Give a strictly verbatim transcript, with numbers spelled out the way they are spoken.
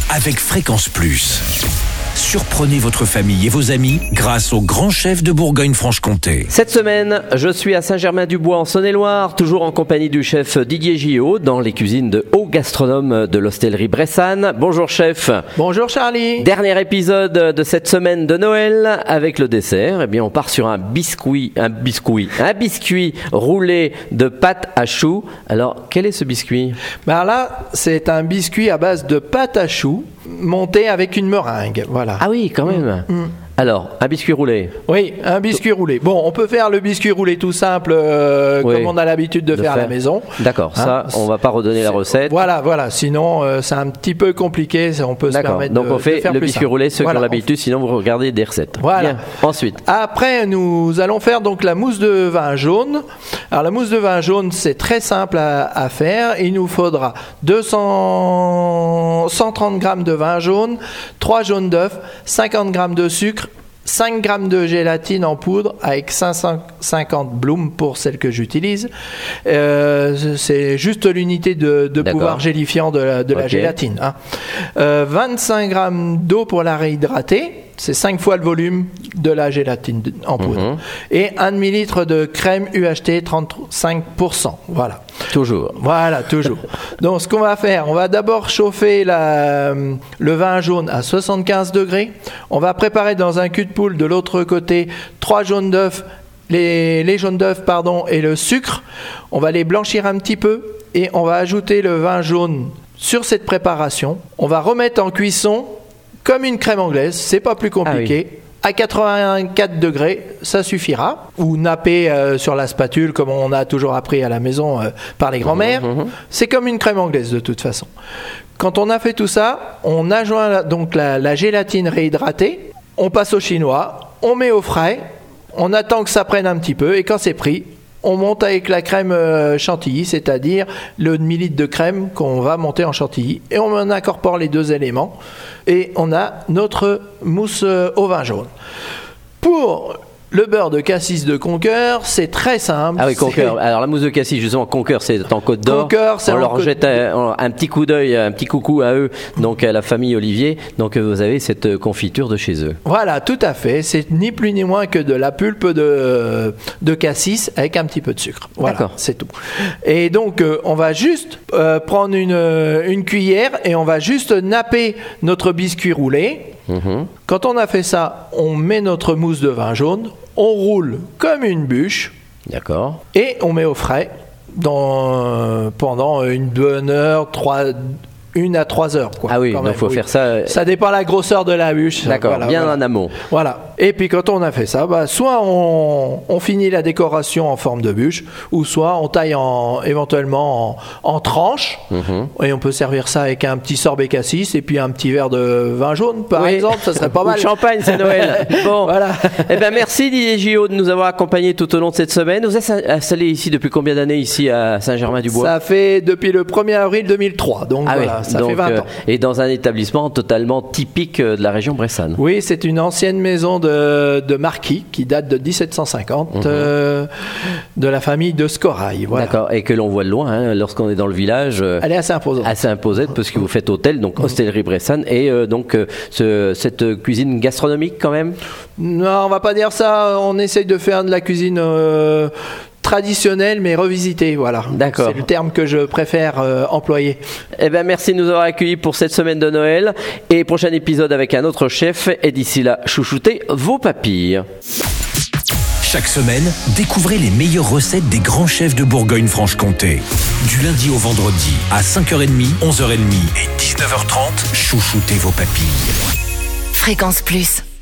avec Fréquence Plus. Surprenez votre famille et vos amis grâce au grand chef de Bourgogne-Franche-Comté. Cette semaine, je suis à Saint-Germain-du-Bois en Saône-et-Loire, toujours en compagnie du chef Didier Gillot dans les cuisines de Haut Gastronome de l'hostellerie Bressane. Bonjour chef. Bonjour Charlie. Dernier épisode de cette semaine de Noël avec le dessert. Eh bien, on part sur un biscuit, un biscuit, un biscuit roulé de pâte à choux. Alors, quel est ce biscuit ? Ben là, c'est un biscuit à base de pâte à choux monté avec une meringue. Voilà. Ah oui, quand même. Mmh. Alors, un biscuit roulé. Oui, un biscuit roulé. Bon, on peut faire le biscuit roulé tout simple, euh, oui, comme on a l'habitude de, de faire, faire à la maison. D'accord, hein, ça, on va pas redonner la recette. Voilà, voilà. Sinon, euh, c'est un petit peu compliqué. On peut se permettre donc de, on fait de faire le plus biscuit simple. roulé, ceux voilà, qui ont l'habitude. Sinon, vous regardez des recettes. Voilà. Bien. Ensuite. Après, nous allons faire donc la mousse de vin jaune. Alors, la mousse de vin jaune, c'est très simple à, à faire. Il nous faudra deux cents, cent trente grammes de vin jaune, trois jaunes d'œufs, cinquante grammes de sucre, cinq grammes de gélatine en poudre avec cinq cent cinquante blooms pour celle que j'utilise. Euh, c'est juste l'unité de, de pouvoir gélifiant de la, de okay. la gélatine. Hein. Euh, vingt-cinq grammes d'eau pour la réhydrater. C'est cinq fois le volume de la gélatine en poudre. Mmh. Et un demi-litre de crème U H T trente-cinq pour cent. Voilà. Toujours. Voilà, toujours. Donc, ce qu'on va faire, on va d'abord chauffer la, le vin jaune à soixante-quinze degrés. On va préparer dans un cul de poule de l'autre côté trois jaunes d'œufs, les, les jaunes d'œufs, pardon, et le sucre. On va les blanchir un petit peu et on va ajouter le vin jaune sur cette préparation. On va remettre en cuisson comme une crème anglaise, c'est pas plus compliqué. Ah oui. À quatre-vingt-quatre degrés, ça suffira. Ou napper euh, sur la spatule, comme on a toujours appris à la maison euh, par les grands-mères. Mmh, mmh. C'est comme une crème anglaise de toute façon. Quand on a fait tout ça, on ajoute donc la, la gélatine réhydratée. On passe au chinois, on met au frais, on attend que ça prenne un petit peu et quand c'est pris, on monte avec la crème euh, chantilly, c'est-à-dire le demi-litre de crème qu'on va monter en chantilly. Et on en incorpore les deux éléments. Et on a notre mousse euh, au vin jaune. Pour le beurre de cassis de Conqueur, c'est très simple. Ah oui, Conqueur. Alors la mousse de cassis, justement, Conqueur, c'est en Côte d'Or. Conqueur, c'est on en leur Côte... jette un, un petit coup d'œil, un petit coucou à eux, donc à la famille Olivier. Donc vous avez cette confiture de chez eux. Voilà, tout à fait. C'est ni plus ni moins que de la pulpe de, de cassis avec un petit peu de sucre. Voilà, d'accord. C'est tout. Et donc, euh, on va juste euh, prendre une, une cuillère et on va juste napper notre biscuit roulé. Mmh. Quand on a fait ça, on met notre mousse de vin jaune, on roule comme une bûche. D'accord. Et on met au frais dans, pendant une bonne heure, trois, une à trois heures. Quoi, ah oui, donc il faut oui. faire ça. Ça dépend de la grosseur de la bûche. D'accord, voilà, bien voilà. en amont. Voilà. Et puis quand on a fait ça, bah, soit on, on finit la décoration en forme de bûche, ou soit on taille en, éventuellement en, en tranches, mm-hmm. et on peut servir ça avec un petit sorbet cassis et puis un petit verre de vin jaune, par oui. exemple, ça serait pas mal. Ou de champagne, c'est Noël. Bon, voilà. Eh ben merci Didier Gillot de nous avoir accompagnés tout au long de cette semaine. Vous êtes installé ici depuis combien d'années ici à Saint-Germain-du-Bois ? Ça fait depuis le premier avril deux mille trois, donc ah voilà, oui. ça donc, fait vingt euh, ans. Et dans un établissement totalement typique de la région Bressane. Oui, c'est une ancienne maison de, de marquis qui date de dix-sept cent cinquante, mmh. euh, de la famille de Scorail. Voilà. D'accord, et que l'on voit de loin hein, lorsqu'on est dans le village. Euh, Elle est assez imposante. Assez imposante parce que vous faites hôtel, donc mmh. hostellerie Bressane, et euh, donc euh, ce, cette cuisine gastronomique quand même. Non, on va pas dire ça. On essaye de faire de la cuisine euh, traditionnelle mais revisitée. Voilà. D'accord. C'est le terme que je préfère euh, employer. Eh ben merci de nous avoir accueillis pour cette semaine de Noël et prochain épisode avec un autre chef. Et d'ici là, chouchoutez vos papilles. Chaque semaine, découvrez les meilleures recettes des grands chefs de Bourgogne-Franche-Comté. Du lundi au vendredi, à cinq heures trente, onze heures trente et dix-neuf heures trente, chouchoutez vos papilles. Fréquence Plus.